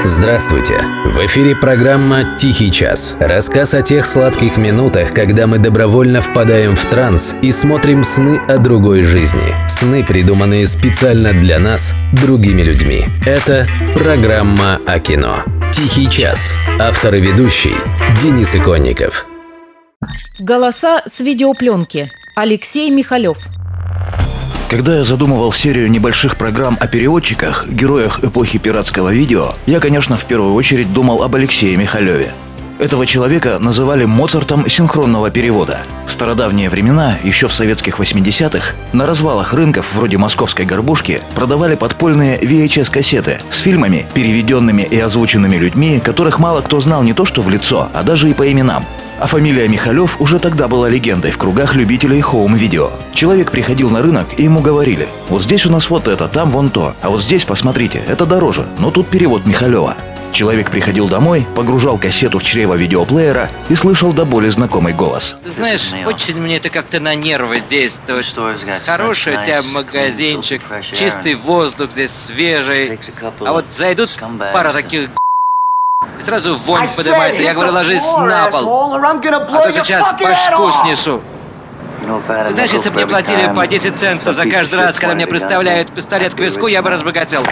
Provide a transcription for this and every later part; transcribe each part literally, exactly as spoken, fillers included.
Здравствуйте! В эфире программа «Тихий час». Рассказ о тех сладких минутах, когда мы добровольно впадаем в транс и смотрим сны о другой жизни. Сны, придуманные специально для нас, другими людьми. Это программа о кино. «Тихий час». Автор и ведущий Денис Иконников. Голоса с видеопленки. Алексей Михалев. Когда я задумывал серию небольших программ о переводчиках, героях эпохи пиратского видео, я, конечно, в первую очередь думал об Алексее Михалеве. Этого человека называли Моцартом синхронного перевода. В стародавние времена, еще в советских восьмидесятых, на развалах рынков вроде московской «Горбушки» продавали подпольные ви эйч эс-кассеты с фильмами, переведенными и озвученными людьми, которых мало кто знал не то что в лицо, а даже и по именам. А фамилия Михалев уже тогда была легендой в кругах любителей хоум-видео. Человек приходил на рынок, и ему говорили: вот здесь у нас вот это, там вон то, а вот здесь, посмотрите, это дороже, но тут перевод Михалева. Человек приходил домой, погружал кассету в чрево видеоплеера и слышал до боли знакомый голос. Ты знаешь, очень мне это как-то на нервы действует. Хороший у тебя магазинчик, чистый воздух здесь свежий. А вот зайдут пара таких и сразу вонь поднимается. Я говорю, ложись на пол, а то сейчас башку снесу. Ты знаешь, если бы мне платили по десять центов за каждый раз, когда мне приставляют пистолет к виску, я бы разбогател.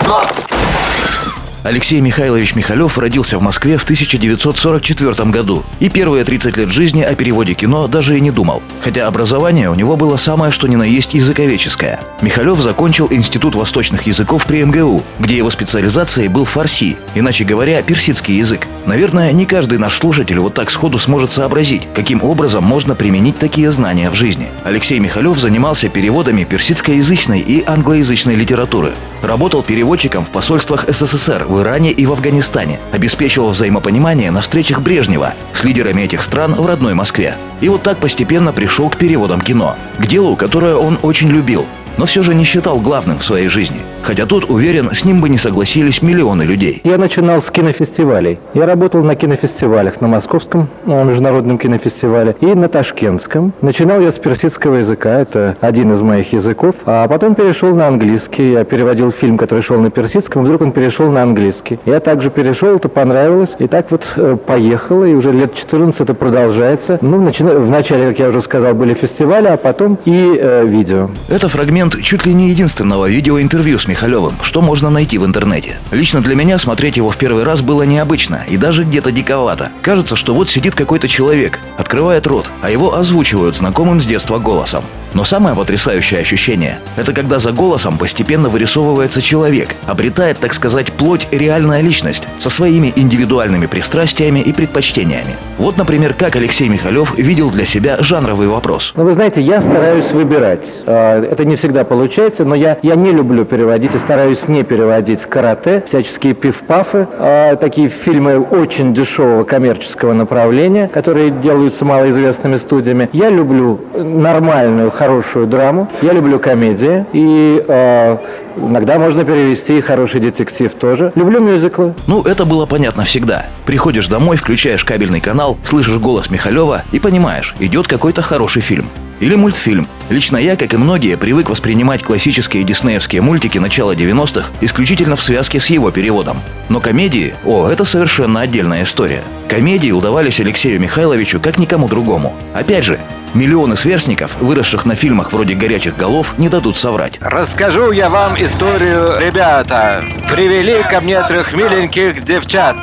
Алексей Михайлович Михалев родился в Москве в тысяча девятьсот сорок четвёртом году и первые тридцать лет жизни о переводе кино даже и не думал. Хотя образование у него было самое что ни на есть языковедческое. Михалев закончил Институт восточных языков при эм гэ у, где его специализацией был фарси, иначе говоря, персидский язык. Наверное, не каждый наш слушатель вот так сходу сможет сообразить, каким образом можно применить такие знания в жизни. Алексей Михалев занимался переводами персидскоязычной и англоязычной литературы. Работал переводчиком в посольствах эс эс эс эр в Иране и в Афганистане, обеспечивал взаимопонимание на встречах Брежнева с лидерами этих стран в родной Москве. И вот так постепенно пришел к переводам кино, к делу, которое он очень любил, но все же не считал главным в своей жизни. Хотя тут, уверен, с ним бы не согласились миллионы людей. Я начинал с кинофестивалей. Я работал на кинофестивалях, на Московском международном кинофестивале и на Ташкентском. Начинал я с персидского языка, это один из моих языков, а потом перешел на английский. Я переводил фильм, который шел на персидском, и вдруг он перешел на английский. Я также перешел, это понравилось, и так вот э, поехало, и уже лет четырнадцать это продолжается. Ну, начина... вначале, как я уже сказал, были фестивали, а потом и э, видео. Это фрагмент чуть ли не единственного видеоинтервью с Михалевым, что можно найти в интернете. Лично для меня смотреть его в первый раз было необычно и даже где-то диковато. Кажется, что вот сидит какой-то человек, открывает рот, а его озвучивают знакомым с детства голосом. Но самое потрясающее ощущение – это когда за голосом постепенно вырисовывается человек, обретает, так сказать, плоть реальная личность со своими индивидуальными пристрастиями и предпочтениями. Вот, например, как Алексей Михалев видел для себя жанровый вопрос. Ну, вы знаете, я стараюсь выбирать. Это не всегда получается, но я, я не люблю переводить и стараюсь не переводить карате, всяческие пиф-пафы, такие фильмы очень дешевого коммерческого направления, которые делаются малоизвестными студиями. Я люблю нормальную, хорошую драму, я люблю комедии, и э, иногда можно перевести и хороший детектив тоже. Люблю мюзиклы. Ну, это было понятно всегда. Приходишь домой, включаешь кабельный канал, слышишь голос Михалева и понимаешь, идет какой-то хороший фильм. Или мультфильм. Лично я, как и многие, привык воспринимать классические диснеевские мультики начала девяностых исключительно в связке с его переводом. Но комедии, о, это совершенно отдельная история. Комедии удавались Алексею Михайловичу как никому другому. Опять же, миллионы сверстников, выросших на фильмах вроде «Горячих голов», не дадут соврать. Расскажу я вам историю, ребята. Привели ко мне трех миленьких девчат.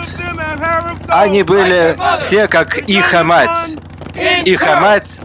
Они были все как иха мать. Иха мать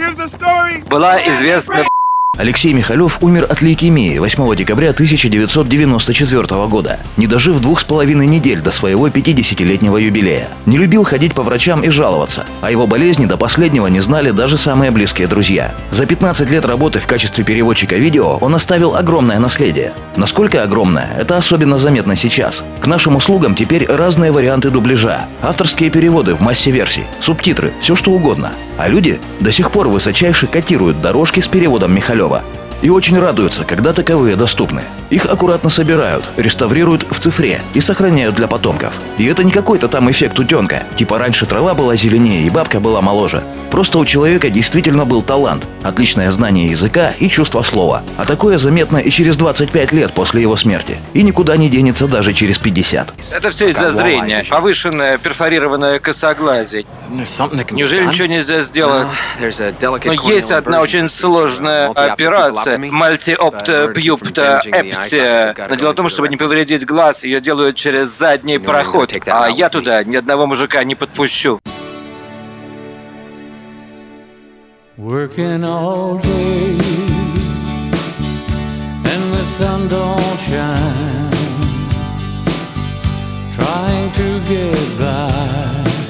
была известна. Алексей Михалев умер от лейкемии восьмого декабря тысяча девятьсот девяносто четвёртого года, не дожив двух с половиной недель до своего пятидесятилетнего юбилея. Не любил ходить по врачам и жаловаться. О его болезни до последнего не знали даже самые близкие друзья. За пятнадцать лет работы в качестве переводчика видео он оставил огромное наследие. Насколько огромное, это особенно заметно сейчас. К нашим услугам теперь разные варианты дубляжа, авторские переводы в массе версий, субтитры, все что угодно. А люди до сих пор высочайше котируют дорожки с переводом Михалева. и очень радуются, когда таковые доступны. Их аккуратно собирают, реставрируют в цифре и сохраняют для потомков. И это не какой-то там эффект утенка, типа раньше трава была зеленее и бабка была моложе. Просто у человека действительно был талант, отличное знание языка и чувство слова. А такое заметно и через двадцать пять лет после его смерти. И никуда не денется даже через пятьдесят. Это все из-за зрения. Повышенное перфорированное косоглазие. Неужели ничего нельзя сделать? Но есть одна очень сложная операция. Мультиопт-пьюптоэптия. Но дело в том, чтобы не повредить глаз, ее делают через задний проход. А я туда ни одного мужика не подпущу. Working all day and the sun don't shine, trying to get by,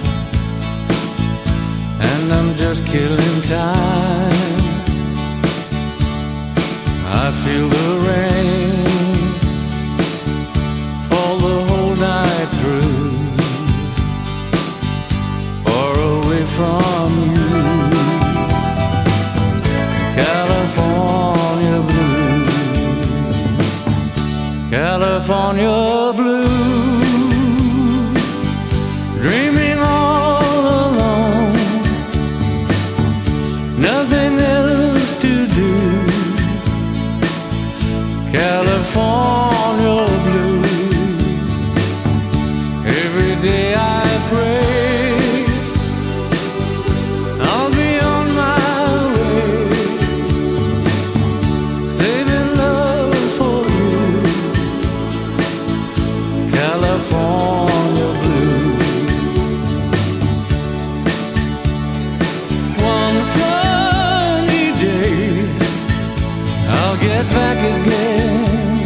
and I'm just killing time. I feel the rain fall the whole night through, far away from you. California blue, California blue, dreaming all alone, nothing else to do. California blue, every day I pray I'll be on my California blue. One sunny day I'll get back again,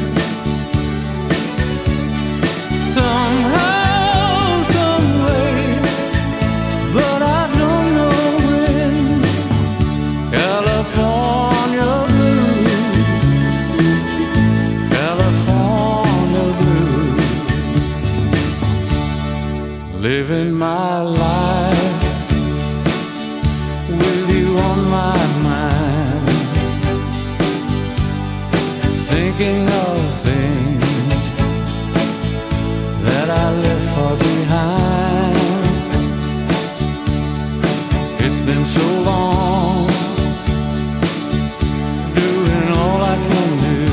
somehow, some way, but I don't know when. California blue, California blue, living my life with you on my mind, thinking of things that I left far behind. It's been so long, doing all I can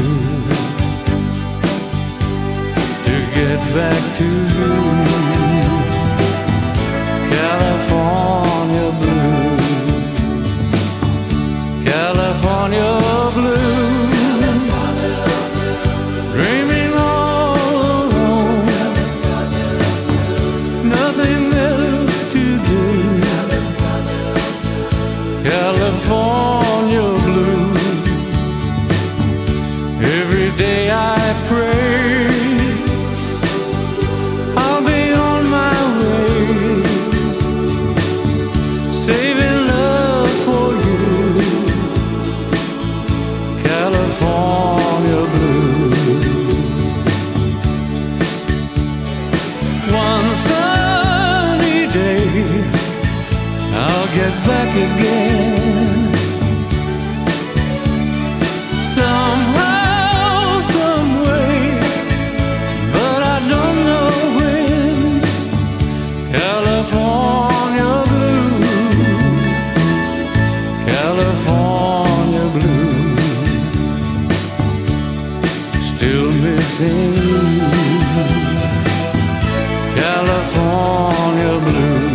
do to get back to you. California blue, California blue, dreaming all alone, nothing else to do. California blue, every day I pray I'll be on my way, saving love for you. California blue. One sunny day I'll get back again, somehow, some way, but I don't know when. California blue, California blue, still missing you. California blue,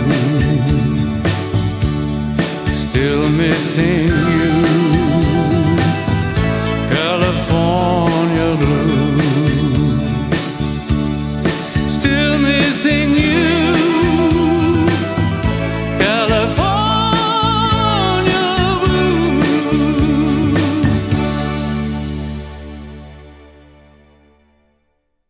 still missing you. California blue, still missing you.